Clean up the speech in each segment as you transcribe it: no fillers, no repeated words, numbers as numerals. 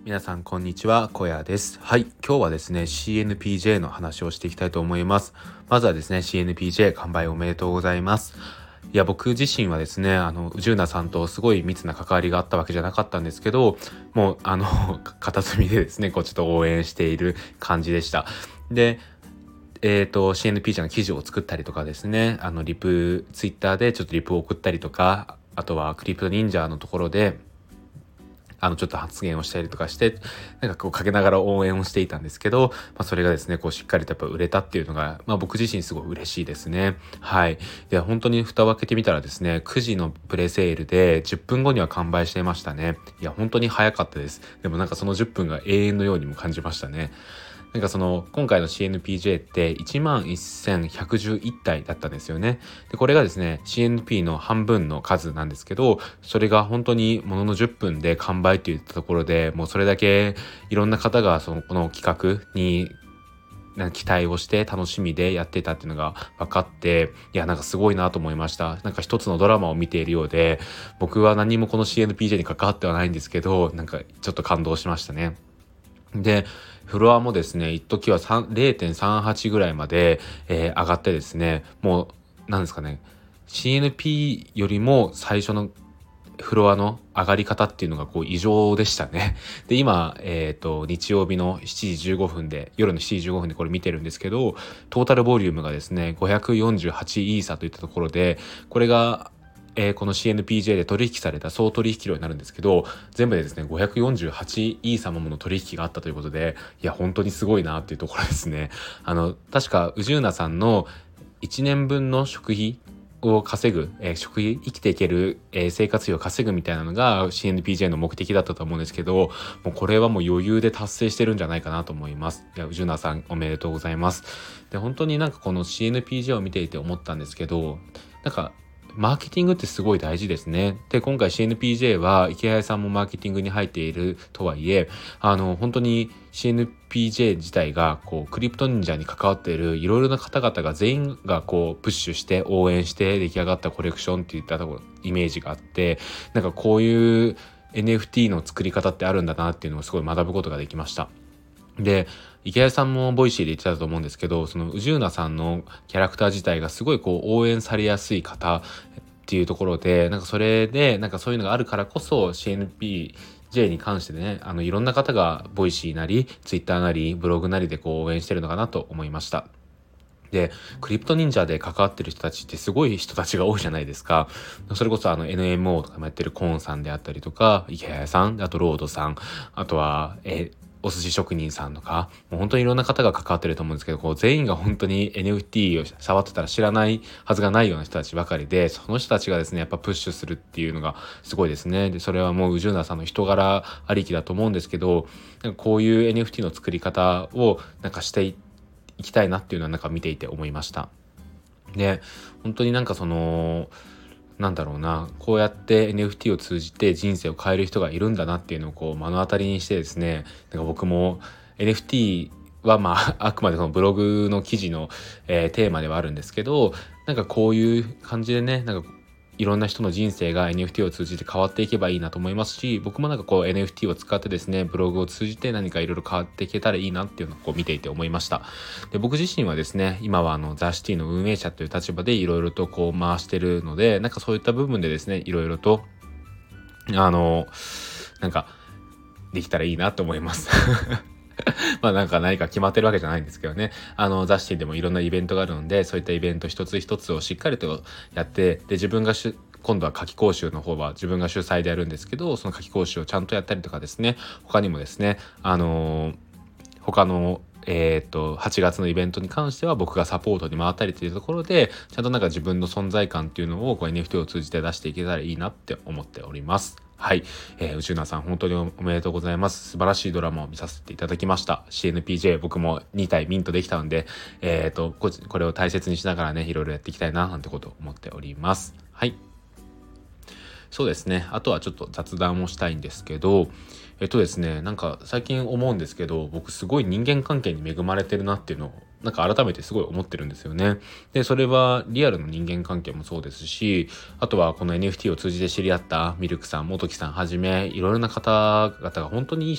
皆さんこんにちは、小屋です。はい、今日はですね CNPJ の話をしていきたいと思います。まずはですね CNPJ 完売おめでとうございます。いや、僕自身はですね宇宙なさんとすごい密な関わりがあったわけじゃなかったんですけど、もう片隅でですねちょっと応援している感じでした。でCNPJ の記事を作ったりとかですね、ツイッターでちょっとリプを送ったりとか、あとはクリプト忍者のところでちょっと発言をしたりとかして、かけながら応援をしていたんですけど、それがですねしっかりとやっぱ売れたっていうのが、僕自身すごい嬉しいですね。はい。で、本当に蓋を開けてみたらですね、9時のプレセールで10分後には完売していましたね。いや、本当に早かったです。でもその10分が永遠のようにも感じましたね。今回の CNPJ って11,111体だったんですよね。で、これがですね CNP の半分の数なんですけど、それが本当にものの10分で完売といったところで、もうそれだけいろんな方がこの企画に期待をして楽しみでやってたっていうのが分かって、いや、すごいなと思いました。一つのドラマを見ているようで、僕は何もこの CNPJ に関わってはないんですけど、ちょっと感動しましたね。で、フロアもですね、一時は0.38 ぐらいまで、上がってですね、もう、なんですかね、CNP よりも最初のフロアの上がり方っていうのが異常でしたね。で、今、日曜日の7時15分で、夜の7時15分でこれ見てるんですけど、トータルボリュームがですね、548イーサといったところで、これがこの CNPJ で取引された総取引量になるんですけど、全部でですね548イーサもの取引があったということで、いや本当にすごいなっていうところですね。確か宇宙なさんの1年分の食費を稼ぐ、食費生きていける、生活費を稼ぐみたいなのが CNPJ の目的だったと思うんですけど、もうこれはもう余裕で達成してるんじゃないかなと思います。いや、宇宙なさんおめでとうございます。で、本当にこの CNPJ を見ていて思ったんですけど、マーケティングってすごい大事ですね。で、今回 CNPJ は池谷さんもマーケティングに入っているとはいえ、本当に CNPJ 自体がクリプト忍者に関わっているいろいろな方々が全員がプッシュして応援して出来上がったコレクションっていったイメージがあって、こういう NFT の作り方ってあるんだなっていうのをすごい学ぶことができました。で、池谷さんもボイシーで言ってたと思うんですけど、その宇宙なさんのキャラクター自体がすごい応援されやすい方っていうところで、それでそういうのがあるからこそ CNPJ に関してね、いろんな方がボイシーなりツイッターなりブログなりで応援してるのかなと思いました。で、クリプト忍者で関わってる人たちってすごい人たちが多いじゃないですか。それこそNMO とかもやってるコーンさんであったりとか、池谷さん、あとロードさん、あとは、お寿司職人さんとか、もう本当にいろんな方が関わってると思うんですけど、全員が本当に NFT を触ってたら知らないはずがないような人たちばかりで、その人たちがですね、やっぱプッシュするっていうのがすごいですね。で、それはもう宇宙なさんの人柄ありきだと思うんですけど、こういう NFT の作り方をしていきたいなっていうのは見ていて思いました。で、本当になんだろうな、こうやって NFT を通じて人生を変える人がいるんだなっていうのを目の当たりにしてですね、僕も NFT はあくまでそのブログの記事の、テーマではあるんですけど、こういう感じでね、いろんな人の人生が NFT を通じて変わっていけばいいなと思いますし、僕もNFT を使ってですね、ブログを通じて何かいろいろ変わっていけたらいいなっていうのを見ていて思いました。で、僕自身はですね、今はザ・シティの運営者という立場でいろいろと回してるので、そういった部分でですね、いろいろとできたらいいなと思います何か決まってるわけじゃないんですけどね。ザ・シティでもいろんなイベントがあるので、そういったイベント一つ一つをしっかりとやって、で、自分が今度は夏季講習の方は自分が主催でやるんですけど、その夏季講習をちゃんとやったりとかですね、他にもですね、他の8月のイベントに関しては僕がサポートに回ったりというところで、ちゃんと自分の存在感っていうのをNFT を通じて出していけたらいいなって思っております。はい、宇宙なさん本当におめでとうございます。素晴らしいドラマを見させていただきました。 CNPJ 僕も2体ミントできたので、これを大切にしながらね、いろいろやっていきたいななんてことを思っております。はい、そうですね。あとはちょっと雑談をしたいんですけど、ですね、最近思うんですけど、僕すごい人間関係に恵まれてるなっていうのを改めてすごい思ってるんですよね。で、それはリアルの人間関係もそうですし、あとはこの NFT を通じて知り合ったミルクさん、元木さんはじめ、いろいろな方々が本当にいい人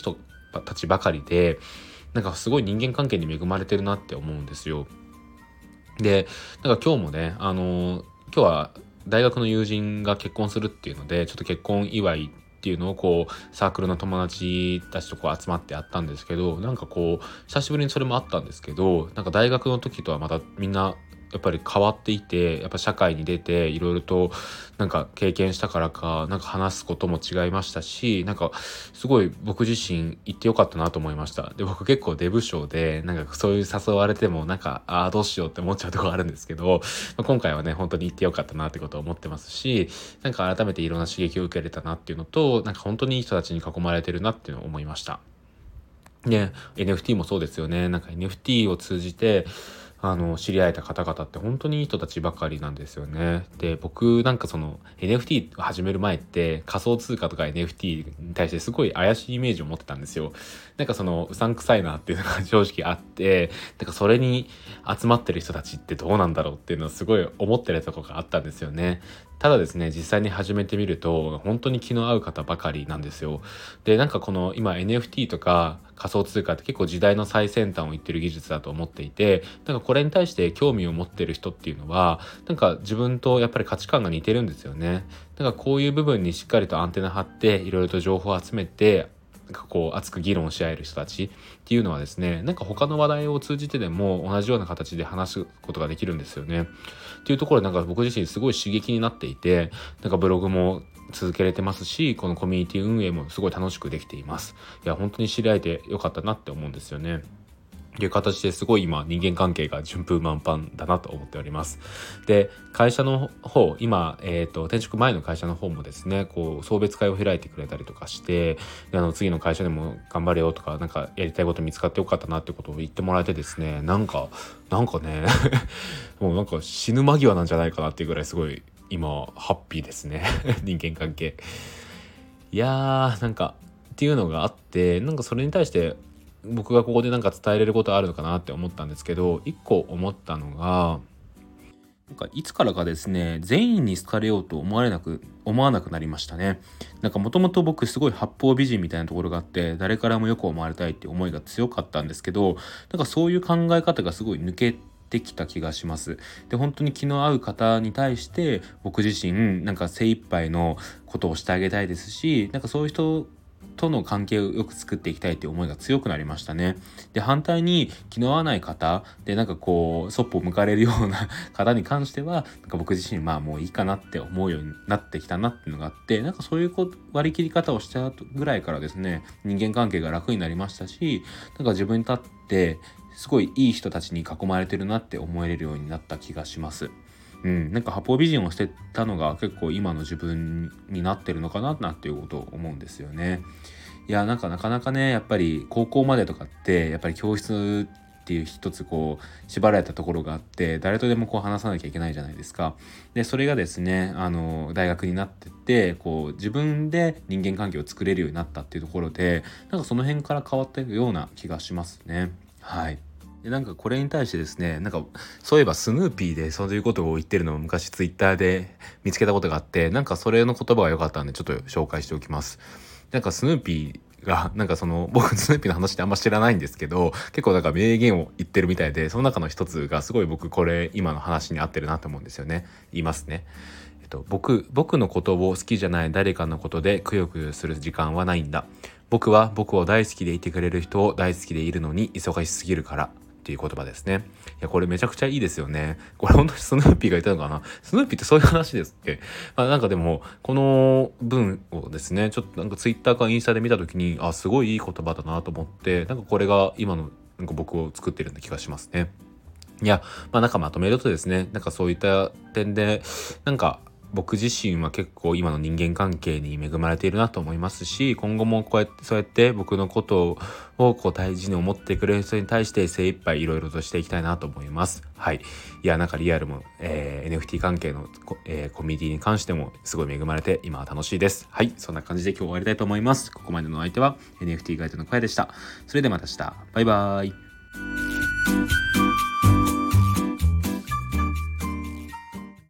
たちばかりで、なんかすごい人間関係に恵まれてるなって思うんですよ。で、なんか今日もね、今日は大学の友人が結婚するっていうので、ちょっと結婚祝いっていうのをこうサークルの友達たちとこう集まってやったんですけど、なんかこう久しぶりにそれもあったんですけど、なんか大学の時とはまたみんなやっぱり変わっていて、やっぱ社会に出ていろいろとなんか経験したからか、なんか話すことも違いましたし、なんかすごい僕自身行ってよかったなと思いました。で、僕結構デブ症で、なんかそういう誘われてもなんかどうしようって思っちゃうところあるんですけど、今回はね本当に行ってよかったなってことを思ってますし、なんか改めていろんな刺激を受けれたなっていうのと、なんか本当にいい人たちに囲まれてるなっていうのを思いました。で、NFT もそうですよね。なんか NFT を通じて知り合えた方々って本当にいい人たちばかりなんですよね。で、僕なんかその NFT を始める前って仮想通貨とか NFT に対してすごい怪しいイメージを持ってたんですよ。なんかそのうさんくさいなっていうのが正直あって、なんかそれに集まってる人たちってどうなんだろうっていうのはすごい思ってるところがあったんですよね。ただですね、実際に始めてみると本当に気の合う方ばかりなんですよ。で、なんかこの今 NFT とか仮想通貨って結構時代の最先端を言ってる技術だと思っていて、なんかこれに対して興味を持ってる人っていうのは、なんか自分とやっぱり価値観が似てるんですよね。なんかこういう部分にしっかりとアンテナ張っていろいろと情報を集めて、なんかこう熱く議論し合える人たちっていうのはですね、なんか他の話題を通じてでも同じような形で話すことができるんですよね。っていうところでなんか僕自身すごい刺激になっていて、なんかブログも続けれてますし、このコミュニティ運営もすごい楽しくできています。いや本当に知り合えてよかったなって思うんですよね。という形ですごい今人間関係が順風満帆だなと思っております。で、会社の方、今、転職前の会社の方もですね、こう送別会を開いてくれたりとかして、次の会社でも頑張れよとか、なんかやりたいこと見つかってよかったなってことを言ってもらえてですね、なんかねもうなんか死ぬ間際なんじゃないかなっていうぐらいすごい今ハッピーですね人間関係。いやーなんかっていうのがあって、なんかそれに対して僕がここでなんか伝えれることあるのかなって思ったんですけど、一個思ったのが、なんかいつからかですね、全員に好かれようと思わなくなりましたね。なんかもともと僕すごい八方美人みたいなところがあって、誰からもよく思われたいっていう思いが強かったんですけど、なんかそういう考え方がすごい抜けてきた気がします。で、本当に気の合う方に対して僕自身なんか精一杯のことをしてあげたいですし、なんかそういう人との関係をよく作っていきたいっていう思いが強くなりましたね。で、反対に気の合わない方でなんかこうそっぽを向かれるような方に関しては、なんか僕自身もういいかなって思うようになってきたなっていうのがあって、なんかそういう割り切り方をしたぐらいからですね、人間関係が楽になりましたし、なんか自分にとってすごいいい人たちに囲まれてるなって思えれるようになった気がします。なんか八方美人をしてたのが結構今の自分になってるのかななんていうことを思うんですよね。いや、なんかなかなかね、やっぱり高校までとかってやっぱり教室っていう一つこう縛られたところがあって、誰とでもこう話さなきゃいけないじゃないですか。で、それがですね、大学になってってこう自分で人間関係を作れるようになったっていうところで、なんかその辺から変わっていくような気がしますね。はい。で、なんかこれに対してですね、なんかそういえばスヌーピーでそういうことを言ってるのを昔ツイッターで見つけたことがあって、なんかそれの言葉が良かったんでちょっと紹介しておきます。なんかスヌーピーがなんか僕スヌーピーの話ってあんま知らないんですけど、結構なんか名言を言ってるみたいで、その中の一つがすごい僕これ今の話に合ってるなと思うんですよね。言いますね。僕のことを好きじゃない誰かのことでくよくよする時間はないんだ。僕は僕を大好きでいてくれる人を大好きでいるのに忙しすぎるからっていう言葉ですね。いや、これめちゃくちゃいいですよね。これ本当にスヌーピーが言ったのかな。スヌーピーってそういう話ですっけ。なんかでもこの文をですね、ちょっとなんかツイッターかインスタで見た時に、すごいいい言葉だなと思って、なんかこれが今のなんか僕を作ってるような気がしますね。いや、なんかまとめるとですね、なんかそういった点で、なんか僕自身は結構今の人間関係に恵まれているなと思いますし、今後もそうやって僕のことをこう大事に思ってくれる人に対して精一杯いろいろとしていきたいなと思います。はい。いや、なんかリアルも、NFT 関係のコミュニティに関してもすごい恵まれて今は楽しいです。はい。そんな感じで今日終わりたいと思います。ここまでのお相手は NFT ガイドの小屋でした。それではまた明日。バイバーイ。